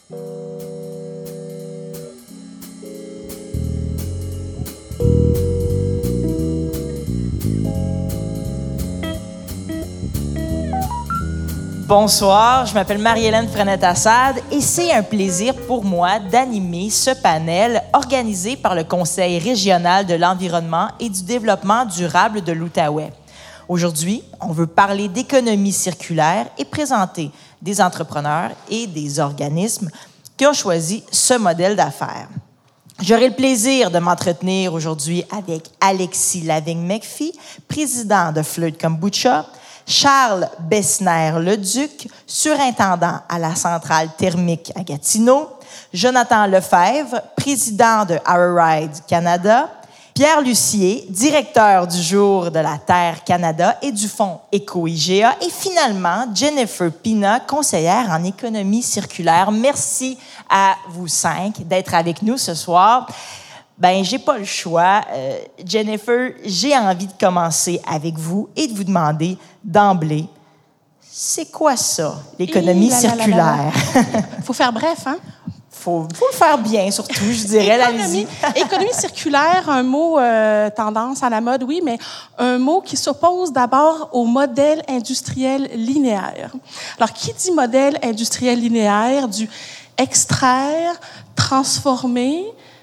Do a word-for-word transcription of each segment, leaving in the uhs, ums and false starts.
Bonsoir, je m'appelle Marie-Hélène Frenette-Assad et c'est un plaisir pour moi d'animer ce panel organisé par le Conseil régional de l'environnement et du développement durable de l'Outaouais. Aujourd'hui, on veut parler d'économie circulaire et présenter des entrepreneurs et des organismes qui ont choisi ce modèle d'affaires. J'aurai le plaisir de m'entretenir aujourd'hui avec Alexis Lavigne-McPhee, président de Flirt Kombucha, Charles Besnéard-Leduc, surintendant à la centrale thermique à Gatineau, Jonathan Lefebvre, président de Aroride Canada, Pierre Lucier, directeur du Jour de la Terre Canada et du Fonds Éco-I G A, et finalement Jennifer Pina, conseillère en économie circulaire. Merci à vous cinq d'être avec nous ce soir. Ben, j'ai pas le choix. Euh, Jennifer, j'ai envie de commencer avec vous et de vous demander d'emblée, c'est quoi ça, l'économie circulaire? Il faut faire bref, hein? Faut, faut le faire bien, surtout, je dirais, économie, économie circulaire, un mot euh, tendance à la mode, oui, mais un mot qui s'oppose d'abord au modèle industriel linéaire. Alors, qui dit modèle industriel linéaire? Du extraire, transformer,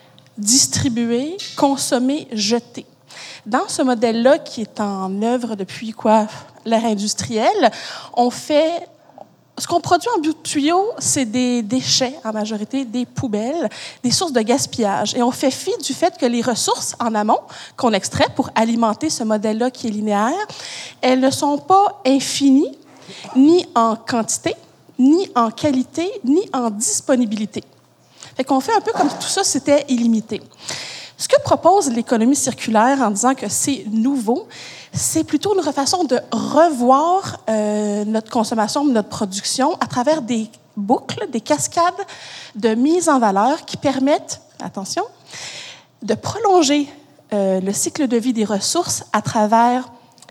distribuer, consommer, jeter. Dans ce modèle-là, qui est en œuvre depuis quoi, l'ère industrielle, on fait... Ce qu'on produit en bout de tuyau, c'est des déchets, en majorité, des poubelles, des sources de gaspillage. Et on fait fi du fait que les ressources en amont qu'on extrait pour alimenter ce modèle-là qui est linéaire, elles ne sont pas infinies, ni en quantité, ni en qualité, ni en disponibilité. Fait qu'on fait un peu comme si tout ça, c'était illimité. Ce que propose l'économie circulaire en disant que c'est nouveau, c'est plutôt une façon de revoir euh, notre consommation, notre production à travers des boucles, des cascades de mise en valeur qui permettent, attention, de prolonger euh, le cycle de vie des ressources à travers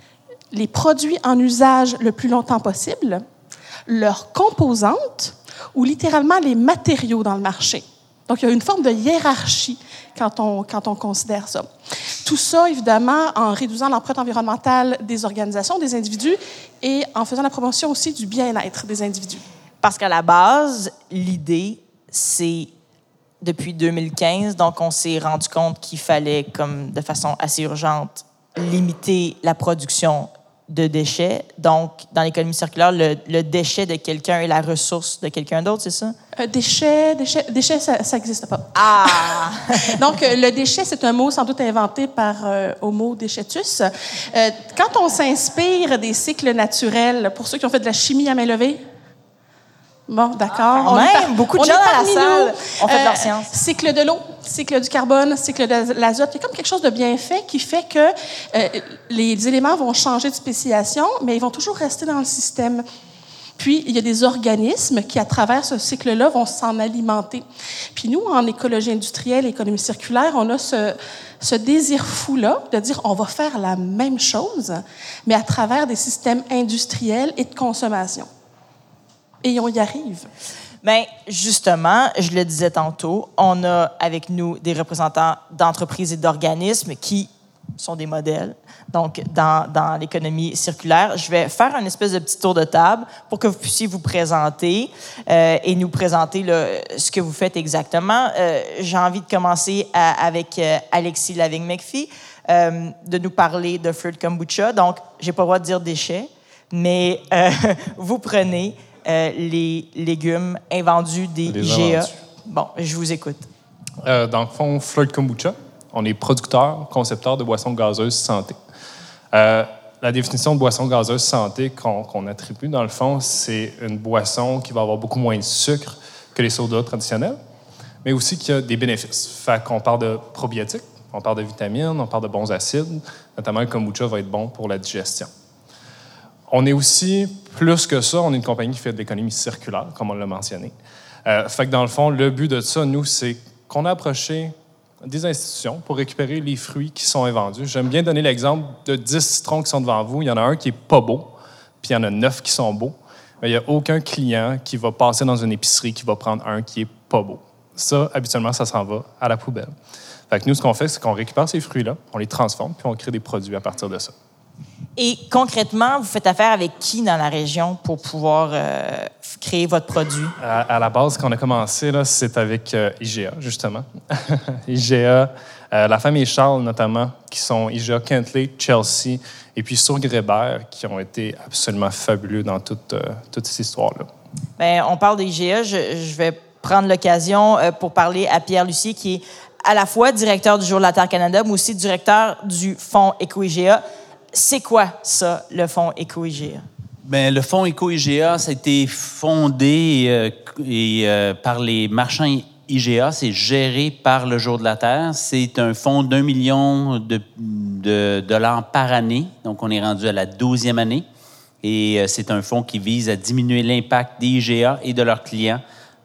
les produits en usage le plus longtemps possible, leurs composantes ou littéralement les matériaux dans le marché. Donc, il y a une forme de hiérarchie quand on, quand on considère ça. Tout ça, évidemment, en réduisant l'empreinte environnementale des organisations, des individus, et en faisant la promotion aussi du bien-être des individus. Parce qu'à la base, l'idée, c'est depuis deux mille quinze, donc on s'est rendu compte qu'il fallait, comme de façon assez urgente, limiter la production de déchets. Donc, dans l'économie circulaire, le, le déchet de quelqu'un est la ressource de quelqu'un d'autre, c'est ça? Euh, déchet, déchet, déchet, ça n'existe pas. Ah! Donc, euh, le déchet, c'est un mot sans doute inventé par euh, Homo déchetus. Euh, quand on s'inspire des cycles naturels, pour ceux qui ont fait de la chimie à main levée, bon, d'accord. Ah, on même, par... beaucoup de on gens dans la salle nous. ont fait euh, de leur science. Cycle de l'eau, cycle du carbone, cycle de l'azote. Il y a comme quelque chose de bien fait qui fait que euh, les éléments vont changer de spéciation, mais ils vont toujours rester dans le système. Puis, il y a des organismes qui, à travers ce cycle-là, vont s'en alimenter. Puis nous, en écologie industrielle, économie circulaire, on a ce, ce désir fou-là de dire on va faire la même chose, mais à travers des systèmes industriels et de consommation. Et on y arrive. Bien, justement, je le disais tantôt, on a avec nous des représentants d'entreprises et d'organismes qui sont des modèles, donc dans, dans l'économie circulaire. Je vais faire un espèce de petit tour de table pour que vous puissiez vous présenter euh, et nous présenter là, ce que vous faites exactement. Euh, j'ai envie de commencer à, avec euh, Alexis Lavigne-McPhee, euh, de nous parler de Flirt Kombucha. Donc, j'ai pas le droit de dire déchets, mais euh, vous prenez euh, les légumes invendus des I G A. Bon, je vous écoute. Euh, dans le fond, Flirt Kombucha, on est producteur, concepteur de boissons gazeuses santé. Euh, la définition de boisson gazeuse santé qu'on, qu'on attribue, dans le fond, c'est une boisson qui va avoir beaucoup moins de sucre que les sodas traditionnels, mais aussi qui a des bénéfices. Fait qu'on parle de probiotiques, on parle de vitamines, on parle de bons acides, notamment le kombucha va être bon pour la digestion. On est aussi, plus que ça, on est une compagnie qui fait de l'économie circulaire, comme on l'a mentionné. Euh, fait que dans le fond, le but de ça, nous, c'est qu'on a approché des institutions pour récupérer les fruits qui sont invendus. J'aime bien donner l'exemple de dix citrons qui sont devant vous. Il y en a un qui est pas beau, puis il y en a neuf qui sont beaux. mais il n'y a aucun client qui va passer dans une épicerie qui va prendre un qui n'est pas beau. Ça, habituellement, ça s'en va à la poubelle. Fait que nous, ce qu'on fait, c'est qu'on récupère ces fruits-là, on les transforme, puis on crée des produits à partir de ça. Et concrètement, vous faites affaire avec qui dans la région pour pouvoir euh, créer votre produit? À, à la base, quand on a commencé, là, c'est avec euh, I G A, justement. I G A, euh, la famille Charles, notamment, qui sont I G A, Kentley, Chelsea, et puis Sourgrebert, qui ont été absolument fabuleux dans toute, euh, toute cette histoire-là. Bien, on parle d'I G A. Je, je vais prendre l'occasion euh, pour parler à Pierre Lucier, qui est à la fois directeur du Jour de la Terre Canada, mais aussi directeur du Fonds Éco-I G A. C'est quoi, ça, le Fonds Éco-I G A? Bien, le Fonds Éco-I G A, ça a été fondé euh, et, euh, par les marchands I G A. C'est géré par le Jour de la Terre. C'est un fonds d'un million de, de dollars par année. Donc, on est rendu à la douzième année. Et euh, c'est un fonds qui vise à diminuer l'impact des I G A et de leurs clients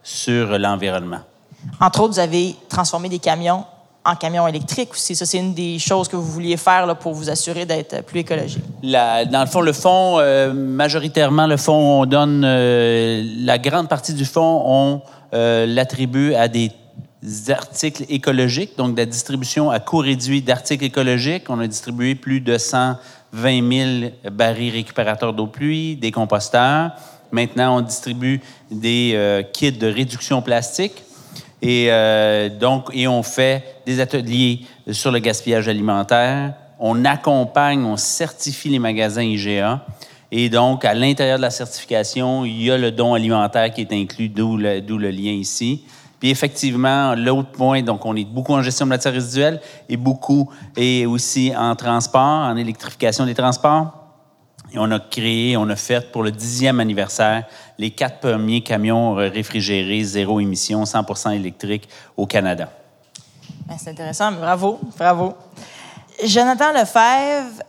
sur l'environnement. Entre autres, vous avez transformé des camions en camions électriques aussi. Ça, c'est une des choses que vous vouliez faire là, pour vous assurer d'être plus écologique. La, dans le fond, le fonds, euh, majoritairement, le fonds, on donne... Euh, la grande partie du fonds, on euh, l'attribue à des articles écologiques, donc de la distribution à coût réduit d'articles écologiques. On a distribué plus de cent vingt mille barils récupérateurs d'eau de pluie, des composteurs. Maintenant, on distribue des euh, kits de réduction plastique. Et euh, donc, et on fait des ateliers sur le gaspillage alimentaire. On accompagne, on certifie les magasins I G A. Et donc, à l'intérieur de la certification, il y a le don alimentaire qui est inclus, d'où le, d'où le lien ici. Puis effectivement, l'autre point, donc on est beaucoup en gestion de matières résiduelles et beaucoup et aussi en transport, en électrification des transports. Et on a créé, on a fait pour le dixième anniversaire les quatre premiers camions réfrigérés, zéro émission, cent pour cent électriques au Canada. Bien, c'est intéressant, mais bravo, bravo. Jonathan Lefebvre,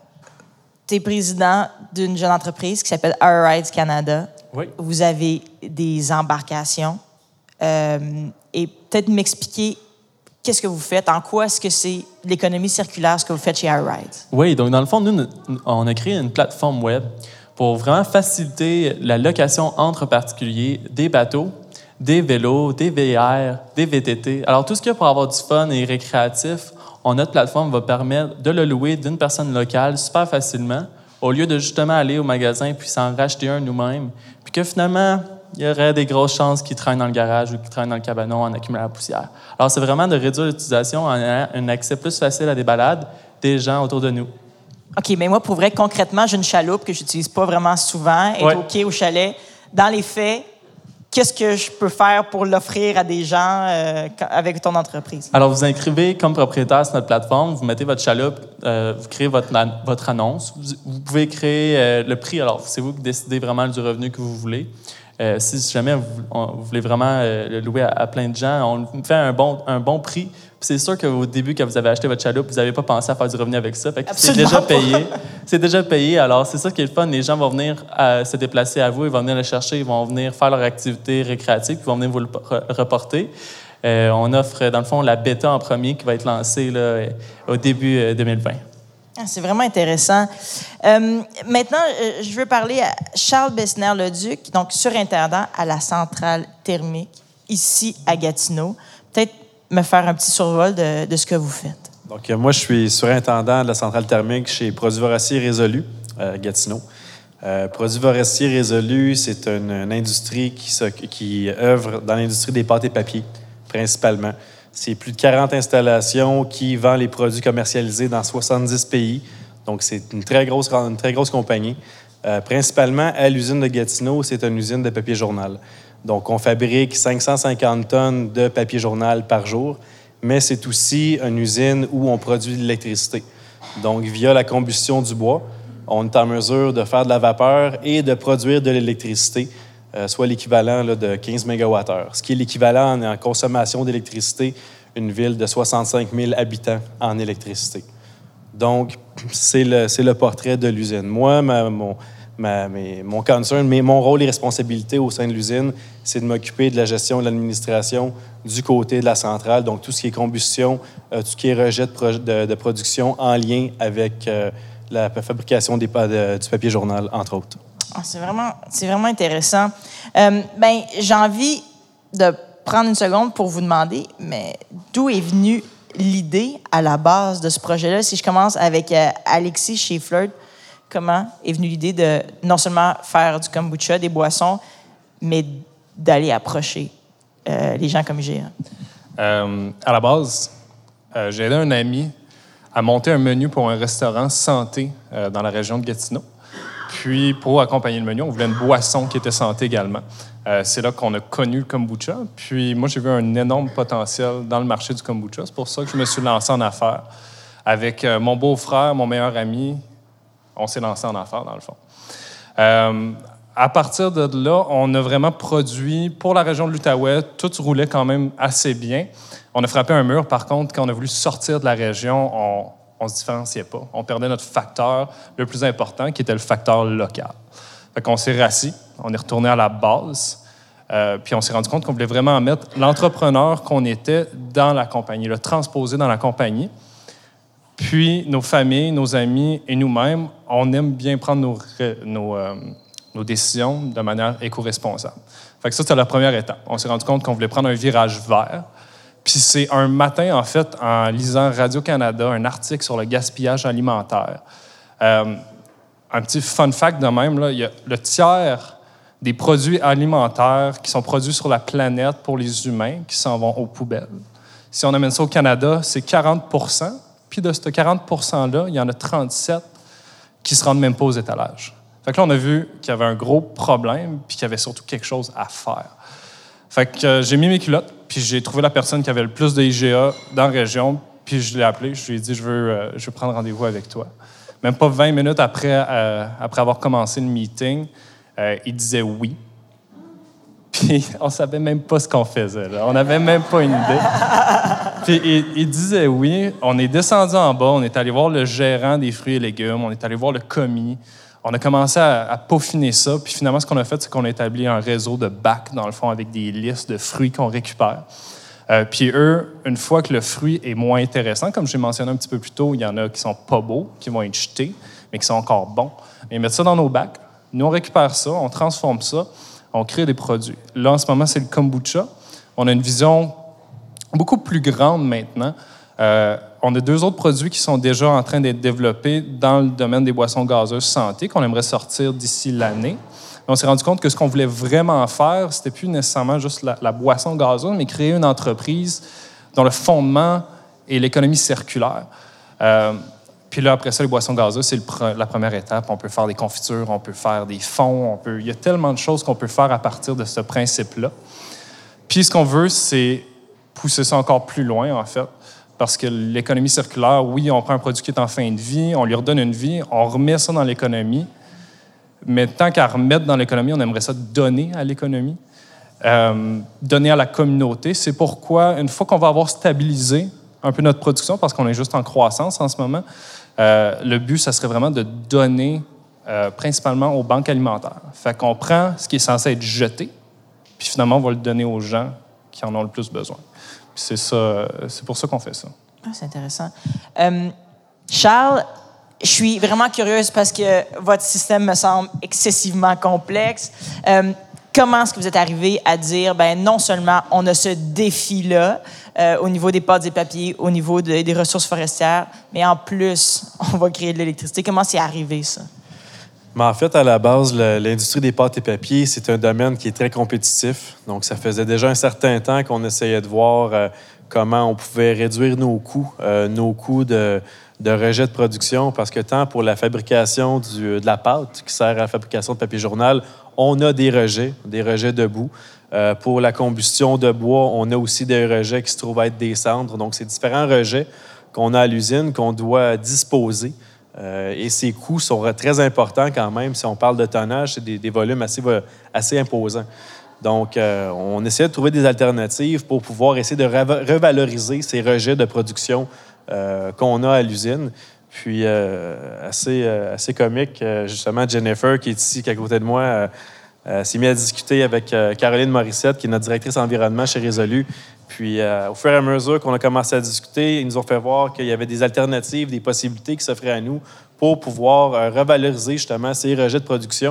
tu es président d'une jeune entreprise qui s'appelle Our Rides Canada. Oui. Vous avez des embarcations. Euh, et peut-être m'expliquer qu'est-ce que vous faites, en quoi est-ce que c'est l'économie circulaire, ce que vous faites chez Our Rides? Oui, donc dans le fond, nous, on a créé une plateforme web pour vraiment faciliter la location entre particuliers des bateaux, des vélos, des V R, des V T T. Alors, tout ce qu'il y a pour avoir du fun et récréatif, on, notre plateforme va permettre de le louer d'une personne locale super facilement, au lieu de justement aller au magasin puis s'en racheter un nous-mêmes, puis que finalement, il y aurait des grosses chances qu'ils traînent dans le garage ou qu'ils traînent dans le cabanon en accumulant la poussière. Alors, c'est vraiment de réduire l'utilisation en ayant un accès plus facile à des balades des gens autour de nous. OK, mais moi, pour vrai, concrètement, j'ai une chaloupe que je n'utilise pas vraiment souvent, être ouais. OK au chalet. Dans les faits, qu'est-ce que je peux faire pour l'offrir à des gens euh, avec ton entreprise? Alors, vous inscrivez comme propriétaire sur notre plateforme, vous mettez votre chaloupe, euh, vous créez votre, votre annonce. Vous, vous pouvez créer euh, le prix. Alors, c'est vous qui décidez vraiment du revenu que vous voulez. Euh, si jamais vous, on, vous voulez vraiment euh, le louer à, à plein de gens, on fait un bon, un bon prix. Puis c'est sûr qu'au début, quand vous avez acheté votre chaloupe, vous n'avez pas pensé à faire du revenu avec ça. Fait que c'est déjà payé. C'est déjà payé. Alors, c'est ça qui est le fun. Les gens vont venir euh, se déplacer à vous, ils vont venir le chercher, ils vont venir faire leur activité récréative, puis ils vont venir vous le reporter. Euh, on offre, dans le fond, la bêta en premier qui va être lancée là, au début euh, deux mille vingt. Ah, c'est vraiment intéressant. Euh, maintenant, euh, je veux parler à Charles Besnéard-Leduc, donc surintendant à la centrale thermique, ici à Gatineau. Peut-être me faire un petit survol de, de ce que vous faites. Donc, euh, moi, je suis surintendant de la centrale thermique chez Produits Voraciers Résolu, à Gatineau. Euh, Produits Voraciers Résolu, c'est une, une industrie qui, se, qui œuvre dans l'industrie des pâtes et papiers, principalement. C'est plus de quarante installations qui vendent les produits commercialisés dans soixante-dix pays. Donc, c'est une très grosse, une très grosse compagnie. Euh, principalement, à l'usine de Gatineau, c'est une usine de papier journal. Donc, on fabrique cinq cent cinquante tonnes de papier journal par jour, mais c'est aussi une usine où on produit de l'électricité. Donc, via la combustion du bois, on est en mesure de faire de la vapeur et de produire de l'électricité, euh, soit l'équivalent là, de quinze mégawattheures, ce qui est l'équivalent en, en consommation d'électricité, une ville de soixante-cinq mille habitants en électricité. Donc, c'est le, c'est le portrait de l'usine. Moi, ma, mon... Ma, mes, mon concern, mais mon rôle et responsabilité au sein de l'usine, c'est de m'occuper de la gestion de l'administration du côté de la centrale, donc tout ce qui est combustion, euh, tout ce qui est rejet de, pro, de, de production en lien avec euh, la fabrication des, de, du papier journal, entre autres. Ah, c'est vraiment, c'est vraiment intéressant. Euh, ben, j'ai envie de prendre une seconde pour vous demander, mais d'où est venue l'idée à la base de ce projet-là? Si je commence avec euh, Alexis chez Flirt, comment est venue l'idée de non seulement faire du kombucha, des boissons, mais d'aller approcher euh, les gens comme I G A? Euh, à la base, euh, j'ai aidé un ami à monter un menu pour un restaurant santé euh, dans la région de Gatineau. Puis, pour accompagner le menu, on voulait une boisson qui était santé également. Euh, c'est là qu'on a connu le kombucha. Puis, moi, j'ai vu un énorme potentiel dans le marché du kombucha. C'est pour ça que je me suis lancé en affaires. Avec euh, mon beau-frère, mon meilleur ami, on s'est lancé en affaires, dans le fond. Euh, à partir de là, on a vraiment produit pour la région de l'Outaouais. Tout roulait quand même assez bien. On a frappé un mur, par contre, quand on a voulu sortir de la région, on on se différenciait pas. On perdait notre facteur le plus important, qui était le facteur local. Fait qu'on s'est rassis, on est retourné à la base, euh, puis on s'est rendu compte qu'on voulait vraiment mettre l'entrepreneur qu'on était dans la compagnie, le transposer dans la compagnie. Puis nos familles, nos amis et nous-mêmes, on aime bien prendre nos, nos, euh, nos décisions de manière éco-responsable. Fait que ça, c'était la première étape. On s'est rendu compte qu'on voulait prendre un virage vert. Puis c'est un matin, en fait, en lisant Radio-Canada, un article sur le gaspillage alimentaire. Euh, un petit fun fact de même, là, il y a le tiers des produits alimentaires qui sont produits sur la planète pour les humains qui s'en vont aux poubelles. Si on amène ça au Canada, c'est quarante pour cent. Puis de ce quarante pour cent-là, il y en a trente-sept qui ne se rendent même pas aux étalages. Fait que là, on a vu qu'il y avait un gros problème puis qu'il y avait surtout quelque chose à faire. Fait que euh, j'ai mis mes culottes, puis j'ai trouvé la personne qui avait le plus de I G A dans la région, puis je l'ai appelé, je lui ai dit « je veux, euh, je veux prendre rendez-vous avec toi ». Même pas vingt minutes après, euh, après avoir commencé le meeting, euh, il disait oui. Puis on savait même pas ce qu'on faisait, là. On n'avait même pas une idée. Puis il, il disait oui. On est descendu en bas, on est allé voir le gérant des fruits et légumes, on est allé voir le commis. On a commencé à, à peaufiner ça, puis finalement, ce qu'on a fait, c'est qu'on a établi un réseau de bacs, dans le fond, avec des listes de fruits qu'on récupère. Euh, puis eux, une fois que le fruit est moins intéressant, comme j'ai mentionné un petit peu plus tôt, il y en a qui sont pas beaux, qui vont être jetés, mais qui sont encore bons. Ils mettent ça dans nos bacs. Nous, on récupère ça, on transforme ça, on crée des produits. Là, en ce moment, c'est le kombucha. On a une vision beaucoup plus grande maintenant. Euh, on a deux autres produits qui sont déjà en train d'être développés dans le domaine des boissons gazeuses santé qu'on aimerait sortir d'ici l'année. On s'est rendu compte que ce qu'on voulait vraiment faire, c'était plus nécessairement juste la, la boisson gazeuse, mais créer une entreprise dont le fondement est l'économie circulaire. Euh, puis là, après ça, les boissons gazeuses, c'est le pre- la première étape. On peut faire des confitures, on peut faire des fonds, on peut... il y a tellement de choses qu'on peut faire à partir de ce principe-là. Puis ce qu'on veut, c'est pousser ça encore plus loin, en fait. Parce que l'économie circulaire, oui, on prend un produit qui est en fin de vie, on lui redonne une vie, on remet ça dans l'économie. Mais tant qu'à remettre dans l'économie, on aimerait ça donner à l'économie, euh, donner à la communauté. C'est pourquoi, une fois qu'on va avoir stabilisé un peu notre production, parce qu'on est juste en croissance en ce moment, euh, le but, ça serait vraiment de donner euh, principalement aux banques alimentaires. Fait qu'on prend ce qui est censé être jeté, puis finalement, on va le donner aux gens qui en ont le plus besoin. C'est ça, c'est pour ça qu'on fait ça. Ah, c'est intéressant. Euh, Charles, je suis vraiment curieuse parce que votre système me semble excessivement complexe. Euh, comment est-ce que vous êtes arrivé à dire, ben non seulement on a ce défi-là euh, au niveau des pâtes et papiers, au niveau de, des ressources forestières, mais en plus, on va créer de l'électricité. Comment c'est arrivé, ça? Mais en fait, à la base, le, l'industrie des pâtes et papiers, c'est un domaine qui est très compétitif. Donc, ça faisait déjà un certain temps qu'on essayait de voir euh, comment on pouvait réduire nos coûts, euh, nos coûts de, de rejet de production, parce que tant pour la fabrication du, de la pâte, qui sert à la fabrication de papier journal, on a des rejets, des rejets de boue. Euh, pour la combustion de bois, on a aussi des rejets qui se trouvent être des cendres. Donc, c'est différents rejets qu'on a à l'usine, qu'on doit disposer. Euh, et ces coûts sont très importants quand même. Si on parle de tonnage, c'est des, des volumes assez, assez imposants. Donc, euh, on essaie de trouver des alternatives pour pouvoir essayer de revaloriser ces rejets de production euh, qu'on a à l'usine. Puis, euh, assez, euh, assez comique, euh, justement, Jennifer, qui est ici, qui est à côté de moi, euh, euh, s'est mise à discuter avec euh, Caroline Morissette, qui est notre directrice environnement chez Résolu. Puis, euh, au fur et à mesure qu'on a commencé à discuter, ils nous ont fait voir qu'il y avait des alternatives, des possibilités qui s'offraient à nous pour pouvoir euh, revaloriser justement ces rejets de production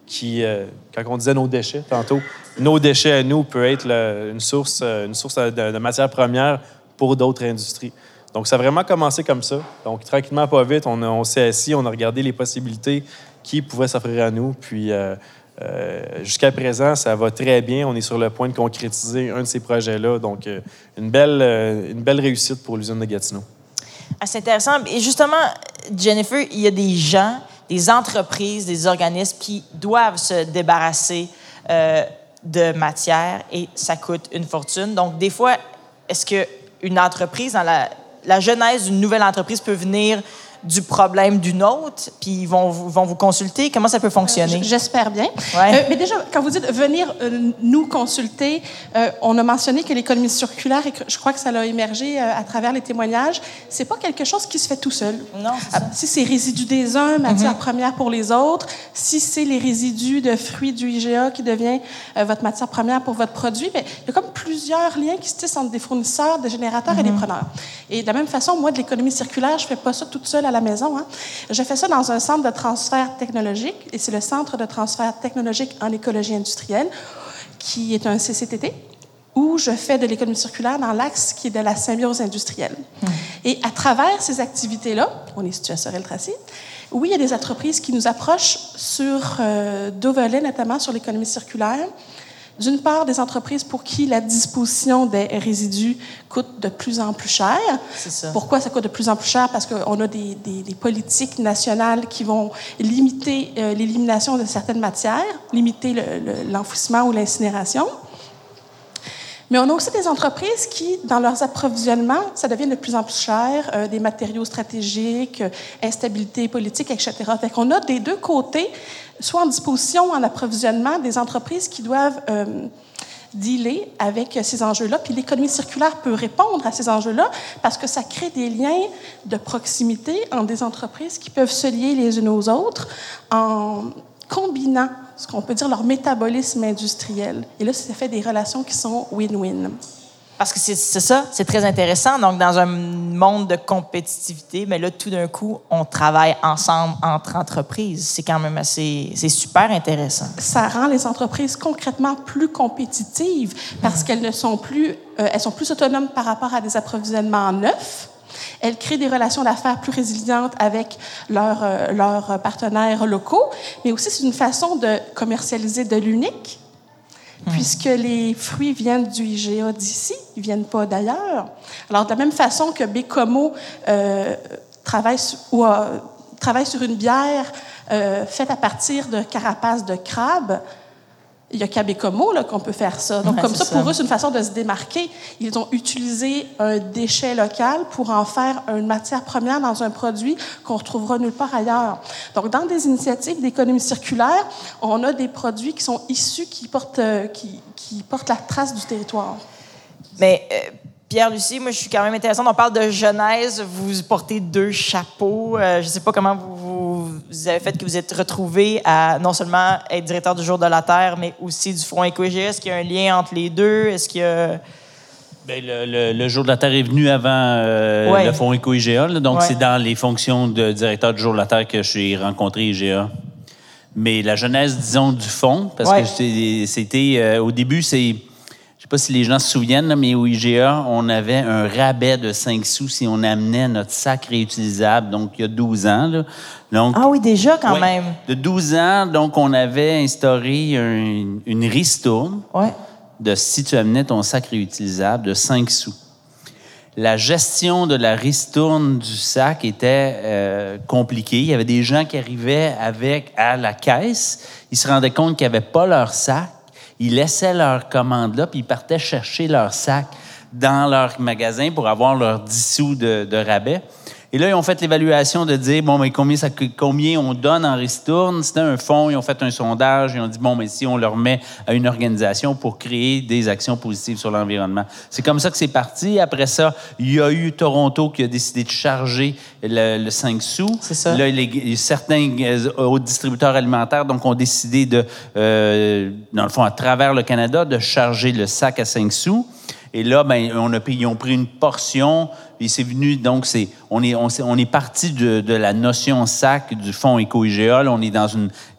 qui, euh, quand on disait nos déchets tantôt, nos déchets à nous peut être le, une source, une source de, de matières premières pour d'autres industries. Donc, ça a vraiment commencé comme ça. Donc, tranquillement, pas vite, on, a, on s'est assis, on a regardé les possibilités qui pouvaient s'offrir à nous. Puis, euh, euh, jusqu'à présent, ça va très bien. On est sur le point de concrétiser un de ces projets-là. Donc, euh, une, belle, euh, une belle réussite pour l'usine de Gatineau. Ah, c'est intéressant. Et justement, Jennifer, il y a des gens, des entreprises, des organismes qui doivent se débarrasser euh, de matière et ça coûte une fortune. Donc, des fois, est-ce qu'une entreprise, dans la, la genèse d'une nouvelle entreprise peut venir du problème d'une autre, puis ils vont, vont vous consulter? Comment ça peut fonctionner? Euh, j'espère bien. Ouais. Euh, mais déjà, quand vous dites venir euh, nous consulter, euh, on a mentionné que l'économie circulaire, et que je crois que ça a émergé euh, à travers les témoignages, c'est pas quelque chose qui se fait tout seul. Non, c'est ça. Ah, si c'est résidus des uns, matière mm-hmm. première pour les autres, si c'est les résidus de fruits du I G A qui devient euh, votre matière première pour votre produit, bien, il y a comme plusieurs liens qui se tissent entre des fournisseurs, des générateurs mm-hmm. et des preneurs. Et de la même façon, moi, de l'économie circulaire, je fais pas ça toute seule à la maison. Hein. Je fais ça dans un centre de transfert technologique, et c'est le Centre de transfert technologique en écologie industrielle, qui est un C C T T, où je fais de l'économie circulaire dans l'axe qui est de la symbiose industrielle. Mmh. Et à travers ces activités-là, on est situé à Sorel-Tracy, oui, il y a des entreprises qui nous approchent sur euh, deux volets, notamment sur l'économie circulaire. D'une part, des entreprises pour qui la disposition des résidus coûte de plus en plus cher. C'est ça. Pourquoi ça coûte de plus en plus cher? Parce qu'on a des, des, des politiques nationales qui vont limiter euh, l'élimination de certaines matières, limiter le, le, l'enfouissement ou l'incinération. Mais on a aussi des entreprises qui, dans leurs approvisionnements, ça devient de plus en plus cher, euh, des matériaux stratégiques, euh, instabilité politique, et cetera. Fait qu'on a des deux côtés, soit en disposition, en approvisionnement, des entreprises qui doivent euh, dealer avec ces enjeux-là. Puis l'économie circulaire peut répondre à ces enjeux-là parce que ça crée des liens de proximité entre des entreprises qui peuvent se lier les unes aux autres en combinant ce qu'on peut dire leur métabolisme industriel. Et là, ça fait des relations qui sont win-win. Parce que c'est, c'est ça, c'est très intéressant. Donc, dans un monde de compétitivité, mais là, tout d'un coup, on travaille ensemble entre entreprises. C'est quand même assez... C'est super intéressant. Ça rend les entreprises concrètement plus compétitives parce mmh. qu'elles ne sont plus... Euh, elles sont plus autonomes par rapport à des approvisionnements neufs. Elles créent des relations d'affaires plus résilientes avec leurs, euh, leurs partenaires locaux, mais aussi c'est une façon de commercialiser de l'unique, mmh. puisque les fruits viennent du I G A d'ici, ils ne viennent pas d'ailleurs. Alors, de la même façon que Bécomo euh, travaille, su, ou, euh, travaille sur une bière euh, faite à partir de carapaces de crabe, il y a qu'à Bécomo là, qu'on peut faire ça. Donc, ouais, comme ça, ça, pour eux, c'est une façon de se démarquer. Ils ont utilisé un déchet local pour en faire une matière première dans un produit qu'on retrouvera nulle part ailleurs. Donc, dans des initiatives d'économie circulaire, on a des produits qui sont issus, qui portent, euh, qui, qui portent la trace du territoire. Mais... Euh... Pierre-Lucie, moi, je suis quand même intéressante. On parle de genèse. Vous portez deux chapeaux. Euh, je ne sais pas comment vous, vous avez fait que vous êtes retrouvé à non seulement être directeur du Jour de la Terre, mais aussi du Front Éco-I G A. Est-ce qu'il y a un lien entre les deux? Est-ce qu'il y a... Bien, le, le, le Jour de la Terre est venu avant euh, ouais. le Fonds Éco-I G A. Là, donc, ouais. c'est dans les fonctions de directeur du Jour de la Terre que j'ai rencontré I G A. Mais la genèse, disons, du fonds, parce ouais. que c'était... Euh, au début, c'est... Je ne sais pas si les gens se souviennent, là, mais au I G A, on avait un rabais de cinq sous si on amenait notre sac réutilisable, donc il y a douze ans. Là. Donc, ah oui, déjà quand ouais, même. De douze ans, donc on avait instauré un, une ristourne ouais. de si tu amenais ton sac réutilisable de cinq sous. La gestion de la ristourne du sac était euh, compliquée. Il y avait des gens qui arrivaient avec à la caisse, ils se rendaient compte qu'ils n'avaient pas leur sac. Ils laissaient leur commande là, puis ils partaient chercher leur sac dans leur magasin pour avoir leurs dix sous de, de rabais. Et là, ils ont fait l'évaluation de dire, bon, mais combien, ça, combien on donne en ristourne? C'était un fonds, ils ont fait un sondage, ils ont dit, bon, mais si on le remet à une organisation pour créer des actions positives sur l'environnement. C'est comme ça que c'est parti. Après ça, il y a eu Toronto qui a décidé de charger le, le cinq sous. C'est ça. Là, les, certains autres distributeurs alimentaires donc, ont décidé de, euh, dans le fond, à travers le Canada, de charger le sac à cinq sous. Et là, ben, on a payé, ils ont pris une portion, et c'est venu, donc, c'est, on est, on, on est parti de, de la notion sac du Fonds Éco-I G A. Là, on est dans une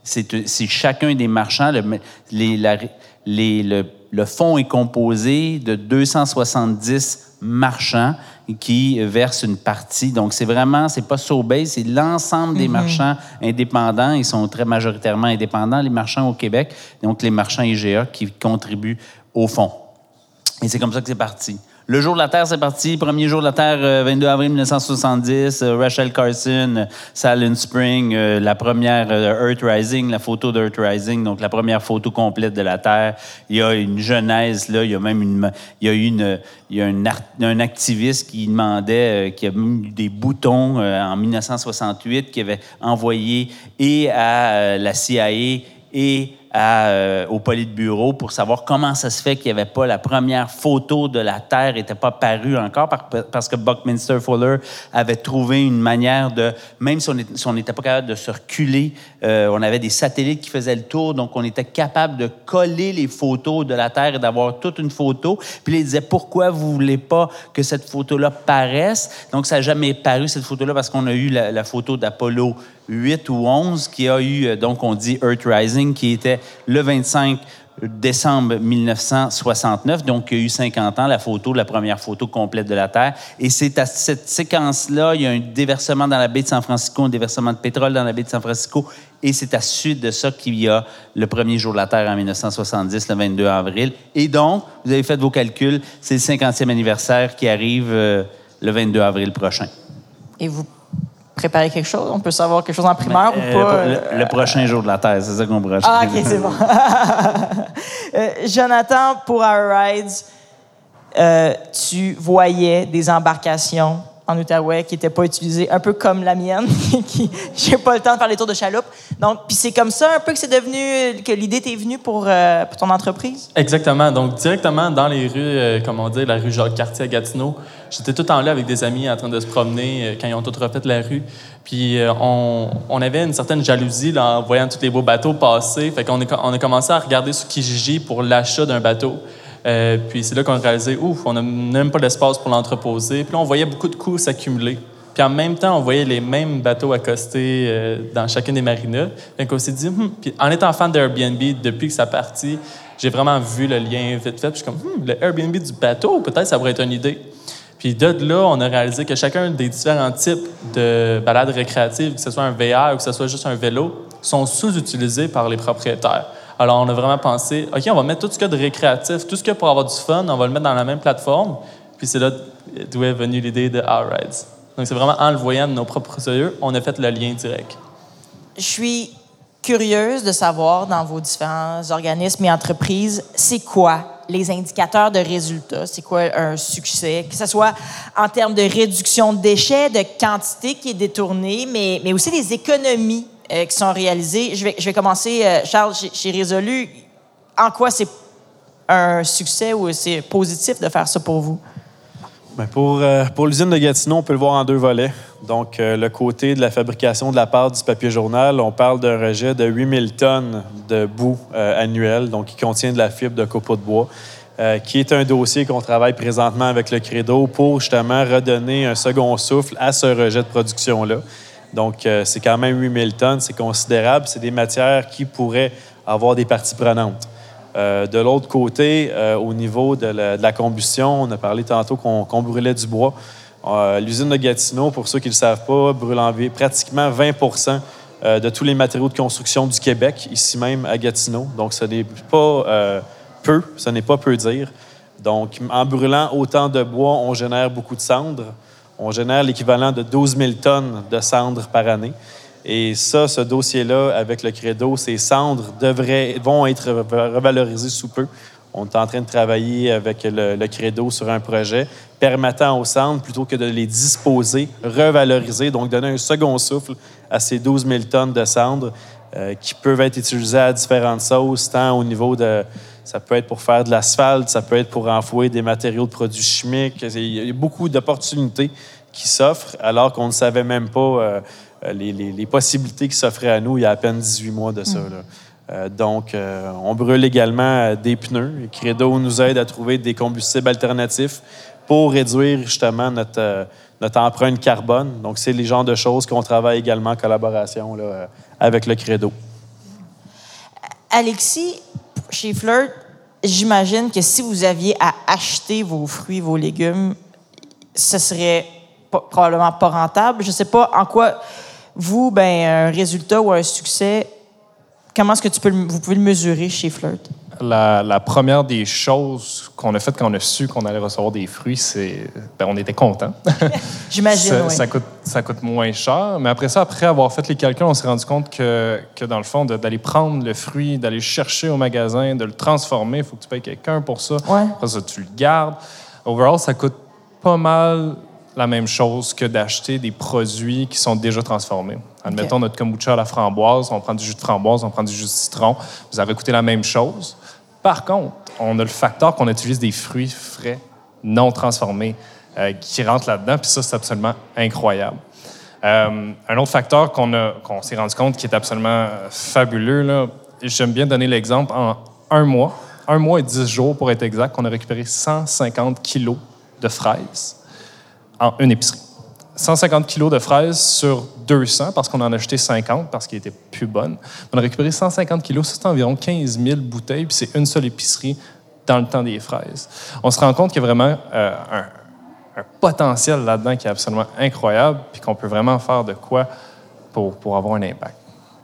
c'est, c'est chacun des marchands. Le, les, la, les, le, le fonds est composé de deux cent soixante-dix marchands qui versent une partie. Donc, c'est vraiment, c'est pas Sobeys, c'est l'ensemble des mm-hmm. marchands indépendants. Ils sont très majoritairement indépendants, les marchands au Québec. Donc, les marchands I G A qui contribuent au fonds. Et c'est comme ça que c'est parti. Le jour de la Terre, c'est parti. Premier jour de la Terre, euh, vingt-deux avril mille neuf cent soixante-dix. Euh, Rachel Carson, euh, Silent Spring, euh, la première euh, Earth Rising, la photo d'Earth Rising, donc la première photo complète de la Terre. Il y a une genèse, là. Il y a même une, il y a une, il y a un, art, un activiste qui demandait, euh, qui a mis des boutons euh, en mille neuf cent soixante-huit, qui avait envoyé et à euh, la C I A et À, euh, au Politburo pour savoir comment ça se fait qu'il n'y avait pas la première photo de la Terre n'était pas parue encore par, parce que Buckminster Fuller avait trouvé une manière de, même si on n'était pas capable de se reculer, euh, on avait des satellites qui faisaient le tour, donc on était capable de coller les photos de la Terre et d'avoir toute une photo. Puis il disait, pourquoi vous ne voulez pas que cette photo-là paraisse? Donc ça n'a jamais paru, cette photo-là, parce qu'on a eu la, la photo d'Apollo huit ou onze qui a eu, donc on dit Earth Rising, qui était le vingt-cinq décembre mille neuf cent soixante-neuf, donc il y a eu cinquante ans, la photo, la première photo complète de la Terre. Et c'est à cette séquence-là, il y a un déversement dans la baie de San Francisco, un déversement de pétrole dans la baie de San Francisco, et c'est à suite de ça qu'il y a le premier jour de la Terre en mille neuf cent soixante-dix, le vingt-deux avril. Et donc, vous avez fait vos calculs, c'est le cinquantième anniversaire qui arrive euh, le vingt-deux avril prochain. Et vous préparer quelque chose? On peut savoir quelque chose en primeur Mais, ou pas? Euh, le, le prochain jour de la Terre, c'est ça qu'on pourrait Ah, OK, c'est bon. euh, Jonathan, pour Our Rides, euh, tu voyais des embarcations en Outaouais qui n'étaient pas utilisées, un peu comme la mienne, qui j'ai pas le temps de faire les tours de chaloupe. Donc, puis c'est comme ça un peu que c'est devenu, que l'idée t'est venue pour, euh, pour ton entreprise? Exactement. Donc, directement dans les rues, euh, comme on dit, la rue Jacques-Cartier à Gatineau, j'étais tout le temps là avec des amis en train de se promener euh, quand ils ont tout refait la rue. Puis euh, on, on avait une certaine jalousie là, en voyant tous les beaux bateaux passer. Fait qu'on est, on a commencé à regarder sur Kijiji pour l'achat d'un bateau. Euh, puis c'est là qu'on a réalisé, ouf, on n'a même pas d'espace pour l'entreposer. Puis là, on voyait beaucoup de coûts s'accumuler. Puis en même temps, on voyait les mêmes bateaux accostés euh, dans chacune des marinas. Fait qu'on s'est dit, hmm. Puis en étant fan d'Airbnb, depuis que ça partit, j'ai vraiment vu le lien vite fait. Puis je suis comme, hmm, le Airbnb du bateau, peut-être ça pourrait être une idée. Puis de là, on a réalisé que chacun des différents types de balades récréatives, que ce soit un V R ou que ce soit juste un vélo, sont sous-utilisés par les propriétaires. Alors, on a vraiment pensé, OK, on va mettre tout ce qu'il y a de récréatif, tout ce qu'il y a pour avoir du fun, on va le mettre dans la même plateforme. Puis c'est là d'où est venue l'idée de Our Rides. Donc, c'est vraiment en le voyant de nos propres yeux, on a fait le lien direct. Je suis curieuse de savoir, dans vos différents organismes et entreprises, c'est quoi les indicateurs de résultats? C'est quoi un succès? Que ce soit en termes de réduction de déchets, de quantité qui est détournée, mais, mais aussi des économies euh, qui sont réalisées. Je vais, je vais commencer, euh, Charles, chez, chez Résolu. En quoi c'est un succès ou c'est positif de faire ça pour vous? Bien, pour, euh, pour l'usine de Gatineau, on peut le voir en deux volets. Donc, euh, le côté de la fabrication de la pâte du papier journal, on parle d'un rejet de huit mille tonnes de boue euh, annuel, donc qui contient de la fibre de copeaux de bois, euh, qui est un dossier qu'on travaille présentement avec le Credo pour justement redonner un second souffle à ce rejet de production-là. Donc, euh, c'est quand même huit mille tonnes, c'est considérable. C'est des matières qui pourraient avoir des parties prenantes. Euh, de l'autre côté, euh, au niveau de la, de la combustion, on a parlé tantôt qu'on, qu'on brûlait du bois. Euh, l'usine de Gatineau, pour ceux qui ne le savent pas, brûle environ pratiquement vingt pour cent de tous les matériaux de construction du Québec, ici même à Gatineau. Donc, ce n'est pas euh, peu, ce n'est pas peu dire. Donc, en brûlant autant de bois, on génère beaucoup de cendres. On génère l'équivalent de douze mille tonnes de cendres par année. Et ça, ce dossier-là, avec le Credo, ces cendres devraient, vont être revalorisées sous peu. On est en train de travailler avec le, le Credo sur un projet permettant aux cendres, plutôt que de les disposer, revaloriser, donc donner un second souffle à ces douze mille tonnes de cendres euh, qui peuvent être utilisées à différentes sauces, tant au niveau de... Ça peut être pour faire de l'asphalte, ça peut être pour enfouir des matériaux de produits chimiques. Il y a beaucoup d'opportunités qui s'offrent, alors qu'on ne savait même pas... Euh, Les, les, les possibilités qui s'offraient à nous il y a à peine dix-huit mois de ça. Là. Euh, donc, euh, on brûle également des pneus. Et Credo nous aide à trouver des combustibles alternatifs pour réduire justement notre, euh, notre empreinte carbone. Donc, c'est les genres de choses qu'on travaille également en collaboration là, avec le Credo. Alexis, chez Flirt, j'imagine que si vous aviez à acheter vos fruits, vos légumes, ce serait pas, probablement pas rentable. Je ne sais pas en quoi, vous, ben, un résultat ou un succès, comment est-ce que tu peux le, vous pouvez le mesurer chez Flirt? La, la première des choses qu'on a faites quand on a su qu'on allait recevoir des fruits, c'est ben, on était contents. J'imagine, ça, oui. Ça coûte, ça coûte moins cher. Mais après ça, après avoir fait les calculs, on s'est rendu compte que, que dans le fond, de, d'aller prendre le fruit, d'aller le chercher au magasin, de le transformer, il faut que tu payes quelqu'un pour ça. Ouais. Après ça, tu le gardes. Overall, ça coûte pas mal la même chose que d'acheter des produits qui sont déjà transformés. Admettons, okay. notre kombucha à la framboise, on prend du jus de framboise, on prend du jus de citron. Vous avez coûté la même chose. Par contre, on a le facteur qu'on utilise des fruits frais, non transformés, euh, qui rentrent là-dedans, puis ça, c'est absolument incroyable. Euh, un autre facteur qu'on, a, qu'on s'est rendu compte qui est absolument fabuleux, là, j'aime bien donner l'exemple, en un mois, un mois et dix jours pour être exact, on a récupéré cent cinquante kilos de fraises en une épicerie. cent cinquante kilos de fraises sur deux cents, parce qu'on en a acheté cinquante, parce qu'elles étaient plus bonnes. On a récupéré cent cinquante kilos, ça c'est environ quinze mille bouteilles, puis c'est une seule épicerie dans le temps des fraises. On se rend compte qu'il y a vraiment euh, un, un potentiel là-dedans qui est absolument incroyable, puis qu'on peut vraiment faire de quoi pour, pour avoir un impact.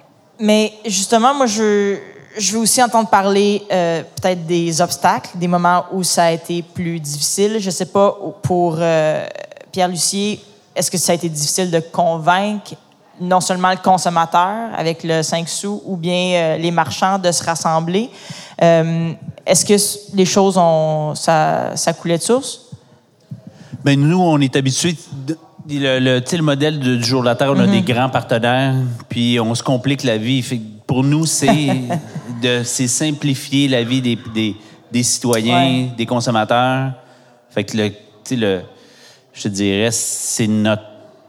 Mais justement, moi, je, je veux aussi entendre parler euh, peut-être des obstacles, des moments où ça a été plus difficile. Je ne sais pas, pour euh, Pierre Lucier, est-ce que ça a été difficile de convaincre non seulement le consommateur avec le cinq sous ou bien euh, les marchands de se rassembler? Euh, est-ce que les choses ont... ça, ça coulait de source? Bien, nous, on est habitués... De, le, le, tu sais, le modèle de, du jour de la Terre, on mm-hmm. a des grands partenaires, puis on se complique la vie. Fait, pour nous, c'est, de, c'est simplifier la vie des, des, des citoyens, ouais. des consommateurs. Fait que le... Tu sais, le je te dirais, c'est notre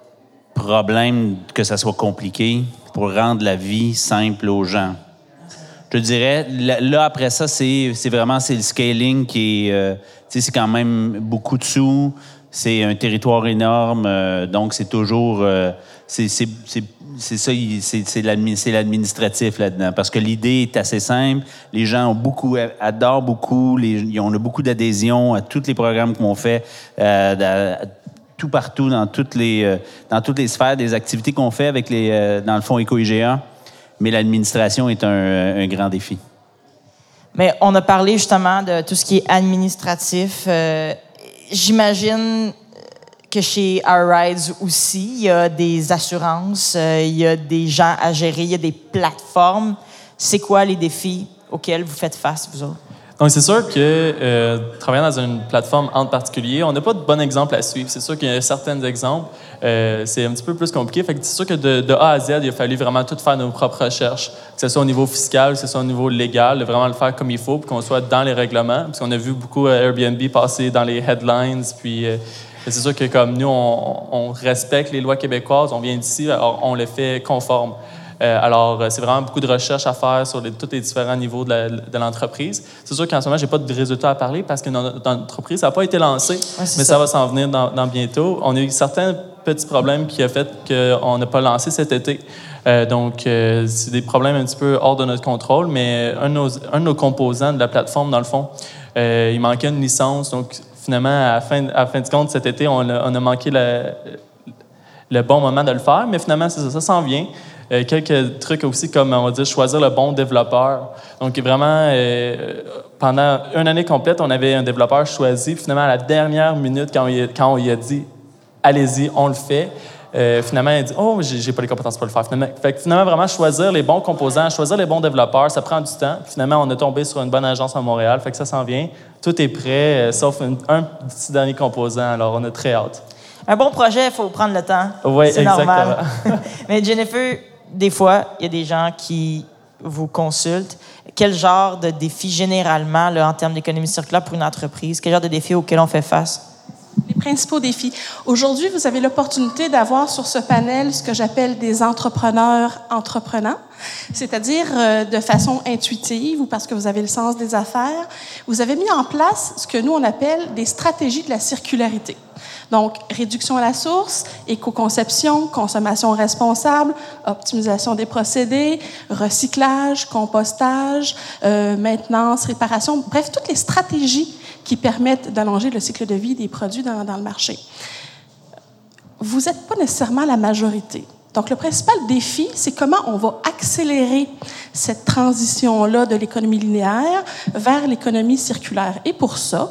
problème que ça soit compliqué pour rendre la vie simple aux gens. Je te dirais, là, après ça, c'est, c'est vraiment c'est le scaling qui est... Euh, tu sais, c'est quand même beaucoup de sous, c'est un territoire énorme, euh, donc c'est toujours... Euh, c'est, c'est, c'est, c'est ça, c'est, c'est, l'admi, c'est l'administratif là-dedans, parce que l'idée est assez simple, les gens ont beaucoup, adorent beaucoup, les, on a beaucoup d'adhésion à tous les programmes qu'on fait, euh, à, tout partout, dans toutes les, euh, dans toutes les sphères des activités qu'on fait avec les, euh, dans le fonds Éco-I G A, mais l'administration est un, un grand défi. Mais on a parlé justement de tout ce qui est administratif. Euh, j'imagine que chez Our Rides aussi, il y a des assurances, euh, il y a des gens à gérer, il y a des plateformes. C'est quoi les défis auxquels vous faites face, vous autres? Donc, c'est sûr que euh, travaillant dans une plateforme en particulier, on n'a pas de bon exemple à suivre. C'est sûr qu'il y a certains exemples. Euh, c'est un petit peu plus compliqué. Fait que c'est sûr que de, de A à Z, il a fallu vraiment tout faire nos propres recherches, que ce soit au niveau fiscal, que ce soit au niveau légal, de vraiment le faire comme il faut, pour qu'on soit dans les règlements. Parce qu'on a vu beaucoup Airbnb passer dans les headlines. Puis, euh, c'est sûr que comme nous, on, on respecte les lois québécoises, on vient d'ici, alors on les fait conformes. Euh, alors, c'est vraiment beaucoup de recherches à faire sur les, tous les différents niveaux de, la, de l'entreprise. C'est sûr qu'en ce moment, je n'ai pas de résultats à parler parce que notre, notre entreprise n'a pas été lancée, ouais, mais ça. ça va s'en venir dans, dans bientôt. On a eu certains petits problèmes qui ont fait qu'on n'a pas lancé cet été. Euh, donc, euh, c'est des problèmes un petit peu hors de notre contrôle, mais un de nos, un de nos composants de la plateforme, dans le fond, euh, il manquait une licence. Donc, finalement, à la fin, à la fin de compte, cet été, on a, on a manqué le, le bon moment de le faire, mais finalement, c'est ça, ça s'en vient. Euh, quelques trucs aussi comme, on va dire, choisir le bon développeur. Donc, vraiment, euh, pendant une année complète, on avait un développeur choisi. Puis finalement, à la dernière minute, quand on y a, quand on y a dit « Allez-y, on le fait », euh, finalement, il a dit « Oh, j'ai, j'ai pas les compétences pour le faire. » Finalement, fait que finalement, vraiment, choisir les bons composants, choisir les bons développeurs, ça prend du temps. Puis finalement, on est tombé sur une bonne agence à Montréal. Fait que ça s'en vient. Tout est prêt, euh, sauf une, un petit dernier composant. Alors, on a très hâte. Un bon projet, il faut prendre le temps. Oui, c'est exactement. Normal. Mais Jennifer, des fois, il y a des gens qui vous consultent. Quel genre de défi, généralement, là, en termes d'économie circulaire pour une entreprise, quel genre de défi auquel on fait face? Les principaux défis. Aujourd'hui, vous avez l'opportunité d'avoir sur ce panel ce que j'appelle des entrepreneurs entreprenants, c'est-à-dire euh, de façon intuitive ou parce que vous avez le sens des affaires, vous avez mis en place ce que nous, on appelle des stratégies de la circularité. Donc, réduction à la source, éco-conception, consommation responsable, optimisation des procédés, recyclage, compostage, euh, maintenance, réparation, bref, toutes les stratégies qui permettent d'allonger le cycle de vie des produits dans, dans le marché. Vous n'êtes pas nécessairement la majorité. Donc, le principal défi, c'est comment on va accélérer cette transition-là de l'économie linéaire vers l'économie circulaire. Et pour ça,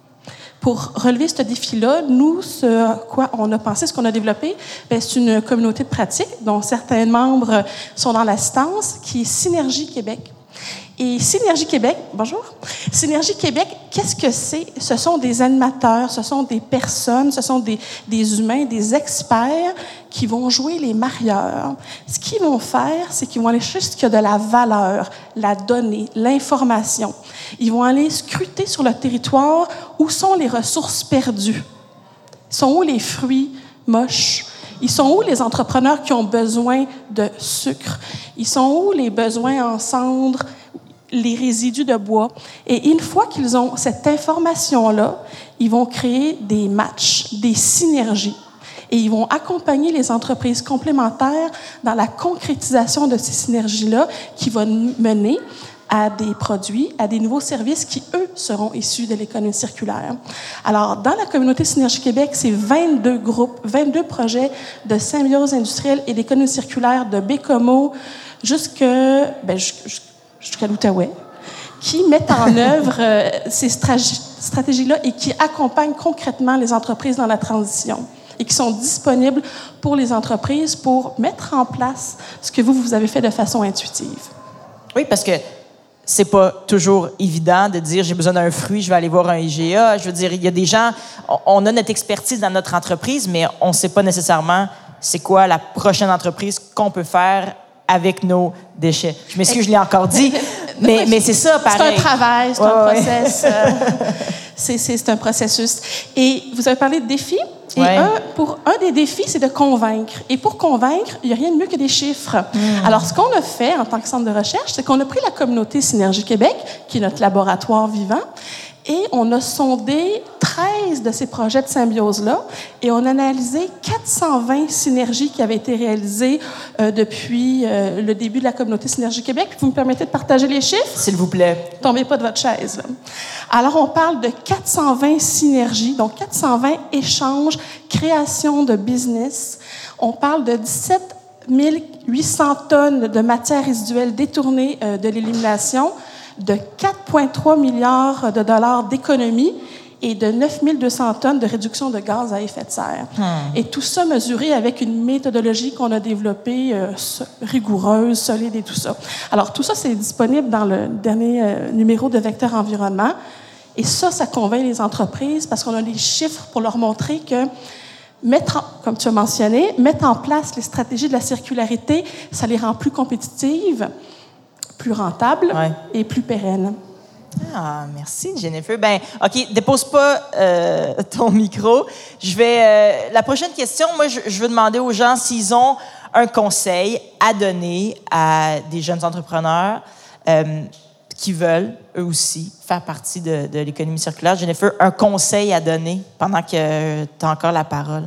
pour relever ce défi-là, nous, ce quoi on a pensé, ce qu'on a développé, bien, c'est une communauté de pratique dont certains membres sont dans l'assistance, qui est Synergie Québec. Et Synergie Québec, bonjour. Synergie Québec, qu'est-ce que c'est? Ce sont des animateurs, ce sont des personnes, ce sont des, des humains, des experts qui vont jouer les marieurs. Ce qu'ils vont faire, c'est qu'ils vont aller chercher ce qu'il y a de la valeur, la donnée, l'information. Ils vont aller scruter sur le territoire où sont les ressources perdues. Sont où les fruits moches? Ils sont où les entrepreneurs qui ont besoin de sucre? Ils sont où les besoins en cendres, les résidus de bois? Et une fois qu'ils ont cette information-là, ils vont créer des matchs, des synergies. Et ils vont accompagner les entreprises complémentaires dans la concrétisation de ces synergies-là qui vont mener à des produits, à des nouveaux services qui, eux, seront issus de l'économie circulaire. Alors, dans la communauté Synergie Québec, c'est vingt-deux groupes, vingt-deux projets de symbiose industrielle et d'économie circulaire de Bécomo jusque, ben, jusqu'à l'Outaouais, qui mettent en œuvre euh, ces stratégies-là et qui accompagnent concrètement les entreprises dans la transition et qui sont disponibles pour les entreprises pour mettre en place ce que vous, vous avez fait de façon intuitive. Oui, parce que c'est pas toujours évident de dire j'ai besoin d'un fruit, je vais aller voir un I G A. Je veux dire, il y a des gens, on a notre expertise dans notre entreprise, mais on ne sait pas nécessairement c'est quoi la prochaine entreprise qu'on peut faire avec nos déchets. Je m'excuse, je l'ai encore dit, mais, mais c'est ça, pareil. C'est un travail, c'est ouais, un ouais. process. Euh, c'est, c'est, c'est un processus. Et vous avez parlé de défis. Et ouais. un, pour un des défis, c'est de convaincre. Et pour convaincre, il n'y a rien de mieux que des chiffres. Mmh. Alors, ce qu'on a fait en tant que centre de recherche, c'est qu'on a pris la communauté Synergie Québec, qui est notre laboratoire vivant, et on a sondé treize de ces projets de symbiose-là et on a analysé quatre cent vingt synergies qui avaient été réalisées euh, depuis euh, le début de la communauté Synergie Québec. Vous me permettez de partager les chiffres? S'il vous plaît. Tombez pas de votre chaise, là. Alors, on parle de quatre cent vingt synergies, donc quatre cent vingt échanges, création de business. On parle de dix-sept mille huit cents tonnes de matières résiduelles détournées euh, de l'élimination, de quatre virgule trois milliards de dollars d'économie et de neuf mille deux cents tonnes de réduction de gaz à effet de serre. Hmm. Et tout ça mesuré avec une méthodologie qu'on a développée euh, rigoureuse, solide et tout ça. Alors, tout ça, c'est disponible dans le dernier euh, numéro de Vecteur Environnement. Et ça, ça convainc les entreprises parce qu'on a des chiffres pour leur montrer que mettre, en, comme tu as mentionné, mettre en place les stratégies de la circularité, ça les rend plus compétitives, plus rentables ouais. et plus pérennes. Ah, merci, Jennifer. Ben, OK, dépose pas euh, ton micro. Je vais... Euh, la prochaine question, moi, je, je veux demander aux gens s'ils ont un conseil à donner à des jeunes entrepreneurs euh, qui veulent, eux aussi, faire partie de, de l'économie circulaire. Jennifer, un conseil à donner pendant que tu as encore la parole.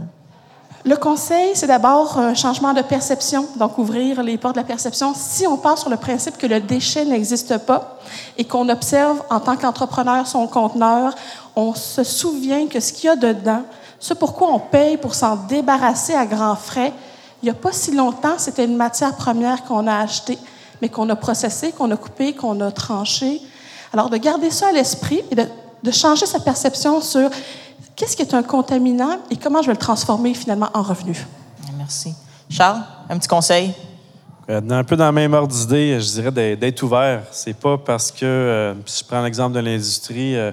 Le conseil, c'est d'abord un changement de perception, donc ouvrir les portes de la perception. Si on part sur le principe que le déchet n'existe pas et qu'on observe en tant qu'entrepreneur son conteneur, on se souvient que ce qu'il y a dedans, ce pourquoi on paye pour s'en débarrasser à grands frais, il n'y a pas si longtemps, c'était une matière première qu'on a achetée, mais qu'on a processée, qu'on a coupée, qu'on a tranchée. Alors, de garder ça à l'esprit et de, de changer sa perception sur qu'est-ce qui est un contaminant et comment je vais le transformer finalement en revenu. Merci. Charles, un petit conseil? Euh, un peu dans le même ordre d'idée, je dirais d'être ouvert. C'est pas parce que, euh, si je prends l'exemple de l'industrie, euh,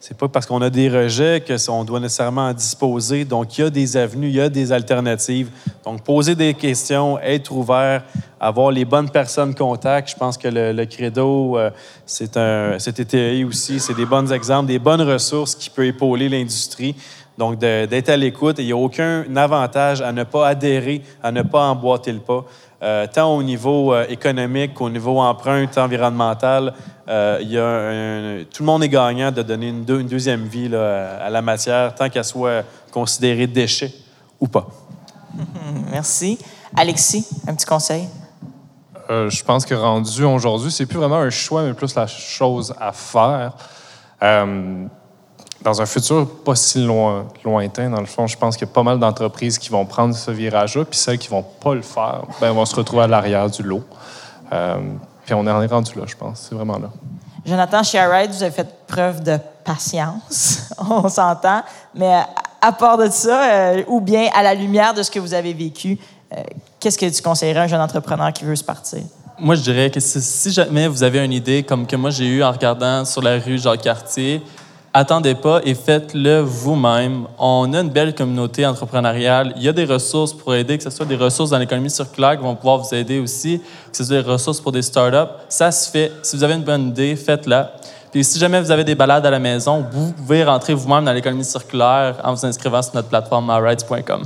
C'est pas parce qu'on a des rejets qu'on doit nécessairement en disposer. Donc, il y a des avenues, il y a des alternatives. Donc, poser des questions, être ouvert, avoir les bonnes personnes contact. Je pense que le, le Credo, euh, c'est un, c'est T T I aussi, c'est des bons exemples, des bonnes ressources qui peuvent épauler l'industrie. Donc, de, d'être à l'écoute. Il n'y a aucun avantage à ne pas adhérer, à ne pas emboîter le pas. Euh, tant au niveau euh, économique qu'au niveau empreinte environnementale, euh, il y a un, tout le monde est gagnant de donner une, deux, une deuxième vie là, à la matière, tant qu'elle soit considérée déchet ou pas. Merci. Alexis, un petit conseil? Euh, je pense que rendu aujourd'hui, c'est plus vraiment un choix, mais plus la chose à faire. Euh, Dans un futur pas si loin, lointain, dans le fond, je pense qu'il y a pas mal d'entreprises qui vont prendre ce virage-là, puis celles qui vont pas le faire, ben, vont se retrouver à l'arrière du lot. Euh, puis on est rendu là, je pense. C'est vraiment là. Jonathan, chez Aride, vous avez fait preuve de patience, on s'entend, mais à, à part de ça, euh, ou bien à la lumière de ce que vous avez vécu, euh, qu'est-ce que tu conseillerais à un jeune entrepreneur qui veut se partir? Moi, je dirais que si, si jamais vous avez une idée comme que moi j'ai eu en regardant sur la rue Jacques-Cartier, attendez pas et faites-le vous-même. On a une belle communauté entrepreneuriale. Il y a des ressources pour aider, que ce soit des ressources dans l'économie circulaire qui vont pouvoir vous aider aussi, que ce soit des ressources pour des startups. Ça se fait. Si vous avez une bonne idée, faites-la. Puis si jamais vous avez des balades à la maison, vous pouvez rentrer vous-même dans l'économie circulaire en vous inscrivant sur notre plateforme arides point com.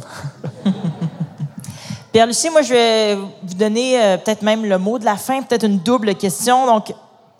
Pierre-Lucie, moi, je vais vous donner euh, peut-être même le mot de la fin, peut-être une double question. Donc...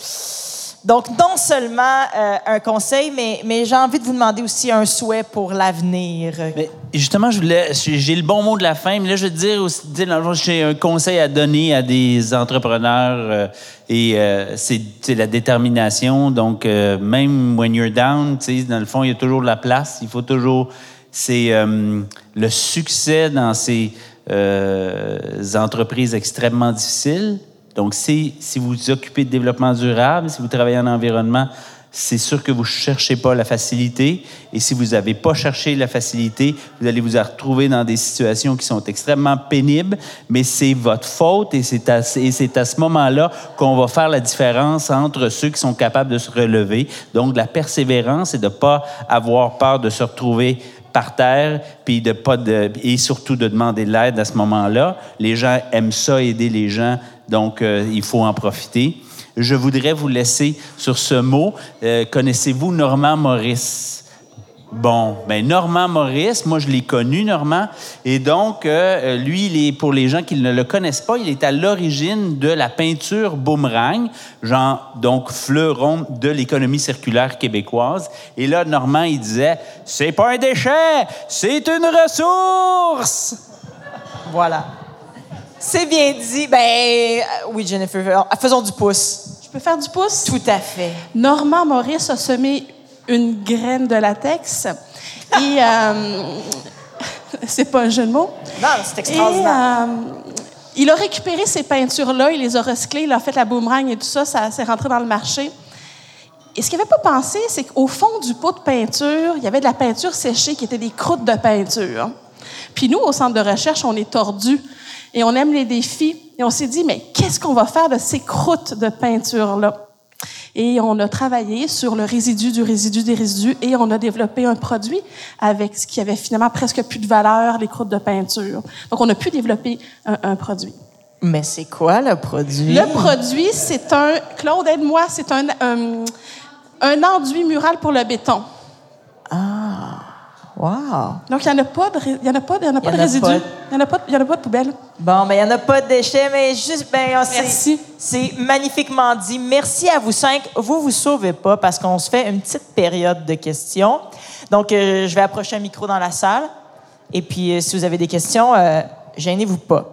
Donc, non seulement euh, un conseil, mais, mais j'ai envie de vous demander aussi un souhait pour l'avenir. Mais justement, je voulais, j'ai le bon mot de la fin, mais là, je veux dire aussi, dans le fond, j'ai un conseil à donner à des entrepreneurs euh, et euh, c'est, c'est la détermination. Donc, euh, même when you're down, dans le fond, il y a toujours de la place. Il faut toujours... C'est euh, le succès dans ces euh, entreprises extrêmement difficiles. Donc, si, si vous vous occupez de développement durable, si vous travaillez en environnement, c'est sûr que vous ne cherchez pas la facilité. Et si vous n'avez pas cherché la facilité, vous allez vous retrouver dans des situations qui sont extrêmement pénibles, mais c'est votre faute et c'est à, et c'est à ce moment-là qu'on va faire la différence entre ceux qui sont capables de se relever. Donc, de la persévérance et de ne pas avoir peur de se retrouver par terre, puis de pas de, et surtout de demander de l'aide à ce moment-là. Les gens aiment ça, aider les gens, donc euh, il faut en profiter. Je voudrais vous laisser sur ce mot. Euh, connaissez-vous Normand Morris? Bon, ben Normand Morris, moi je l'ai connu, Normand, et donc euh, lui, il est, pour les gens qui ne le connaissent pas, il est à l'origine de la peinture boomerang, genre donc fleuron de l'économie circulaire québécoise. Et là, Normand, il disait, c'est pas un déchet, c'est une ressource. Voilà. C'est bien dit. Ben oui, Jennifer, faisons du pouce. Je peux faire du pouce? Tout à fait. Normand Morris a semé une graine de latex. Et euh, c'est pas un jeu de mots. Non, c'est extraordinaire. Et, euh, il a récupéré ces peintures-là, il les a recyclées, il a fait la boomerang et tout ça, ça s'est rentré dans le marché. Et ce qu'il n'avait pas pensé, c'est qu'au fond du pot de peinture, il y avait de la peinture séchée qui était des croûtes de peinture. Puis nous, au centre de recherche, on est tordus et on aime les défis. Et on s'est dit, mais qu'est-ce qu'on va faire de ces croûtes de peinture-là? Et on a travaillé sur le résidu du résidu des résidus et on a développé un produit avec ce qui avait finalement presque plus de valeur, les croûtes de peinture. Donc, on a pu développer un, un produit. Mais c'est quoi le produit? Le produit, c'est un... Claude, aide-moi, c'est un, un, un enduit mural pour le béton. Ah, wow! Donc, il n'y en a pas de, il y en a pas, il y en a pas de résidus. Il n'y en a pas, il y en a pas de poubelle. Bon, mais il n'y en a pas de déchets, mais juste, ben, c'est, Merci. c'est magnifiquement dit. Merci à vous cinq. Vous ne vous sauvez pas parce qu'on se fait une petite période de questions. Donc, euh, je vais approcher un micro dans la salle. Et puis, euh, si vous avez des questions, euh, gênez-vous pas.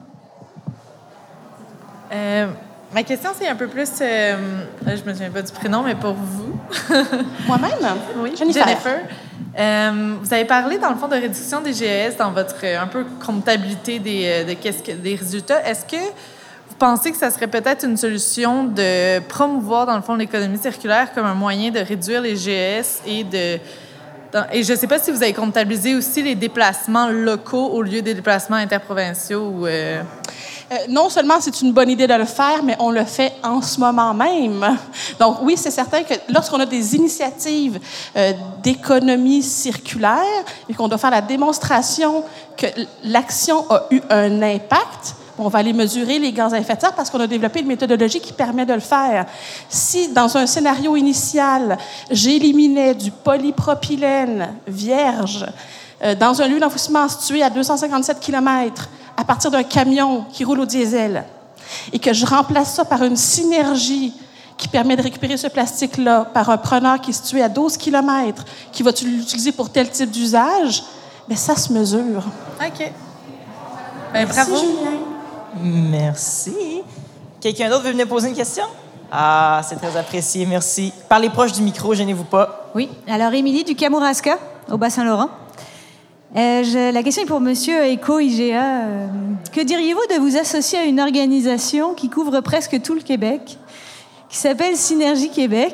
Euh, ma question, c'est un peu plus... Euh, je me souviens pas du prénom, mais pour vous. Moi-même? Oui, Jennifer. Jennifer. Euh, vous avez parlé, dans le fond, de réduction des G E S dans votre un peu comptabilité des, de qu'est-ce que, des résultats. Est-ce que vous pensez que ça serait peut-être une solution de promouvoir, dans le fond, l'économie circulaire comme un moyen de réduire les G E S et de dans- et je ne sais pas si vous avez comptabilisé aussi les déplacements locaux au lieu des déplacements interprovinciaux. Ou, euh... Euh, non seulement c'est une bonne idée de le faire, mais on le fait en ce moment même. Donc oui, c'est certain que lorsqu'on a des initiatives euh, d'économie circulaire et qu'on doit faire la démonstration que l'action a eu un impact, on va aller mesurer les gaz à effet de serre parce qu'on a développé une méthodologie qui permet de le faire. Si, dans un scénario initial, j'éliminais du polypropylène vierge euh, dans un lieu d'enfouissement situé à deux cent cinquante-sept kilomètres à partir d'un camion qui roule au diesel et que je remplace ça par une synergie qui permet de récupérer ce plastique-là par un preneur qui est situé à douze kilomètres, qui va l'utiliser pour tel type d'usage, bien, ça se mesure. OK. Ben, bravo. Merci, Julien. Merci. Quelqu'un d'autre veut venir poser une question? Ah, c'est très apprécié, merci. Parlez proche du micro, gênez-vous pas. Oui, alors Émilie du Kamouraska, au Bas-Saint-Laurent. Euh, je- la question est pour Monsieur Eco-I G A. Euh, que diriez-vous de vous associer à une organisation qui couvre presque tout le Québec, qui s'appelle Synergie Québec,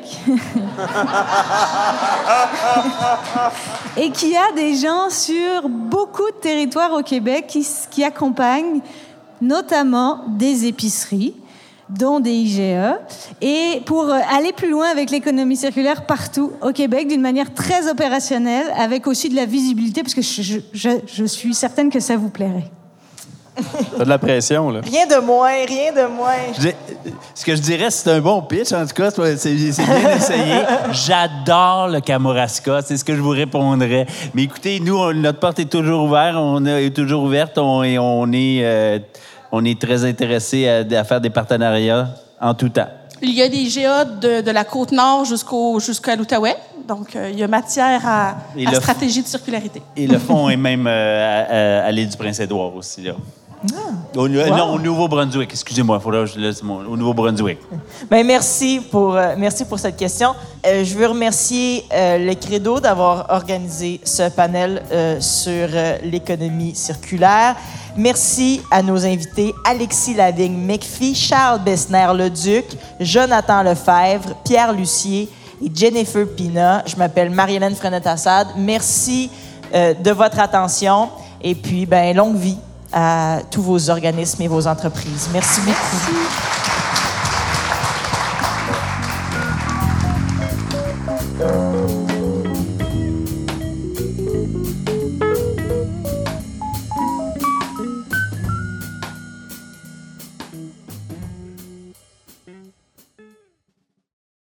et qui a des gens sur beaucoup de territoires au Québec qui, s- qui accompagnent notamment des épiceries, dont des I G A, et pour euh, aller plus loin avec l'économie circulaire partout au Québec d'une manière très opérationnelle, avec aussi de la visibilité, parce que je, je, je, je suis certaine que ça vous plairait. T'as de la pression, là. Rien de moins, rien de moins. Je- Ce que je dirais, c'est un bon pitch, en tout cas, c'est c'est bien essayé. J'adore le Kamouraska, c'est ce que je vous répondrais. Mais écoutez, nous, on- notre porte est toujours ouverte, on est toujours ouverte, on, et on est, euh, on est très intéressés à, à faire des partenariats en tout temps. Il y a des I G A de, de la Côte-Nord jusqu'au, jusqu'à l'Outaouais. Donc, euh, il y a matière à, Et à le- stratégie de circularité. Et le fond est même euh, à, à, à l'île du Prince-Édouard aussi, là. Au, Non, au Nouveau-Brunswick, excusez-moi, faudra que je laisse mon- au Nouveau-Brunswick. Ben, merci, pour, euh, merci pour cette question. Euh, je veux remercier euh, le Credo d'avoir organisé ce panel euh, sur euh, l'économie circulaire. Merci à nos invités Alexis Lavigne-McPhee, Charles Bessner-Leduc, Jonathan Lefebvre, Pierre Lucier et Jennifer Pina. Je m'appelle Marie-Hélène Frenette-Assad. Merci euh, de votre attention et puis ben, longue vie à tous vos organismes et vos entreprises. Merci beaucoup. Merci.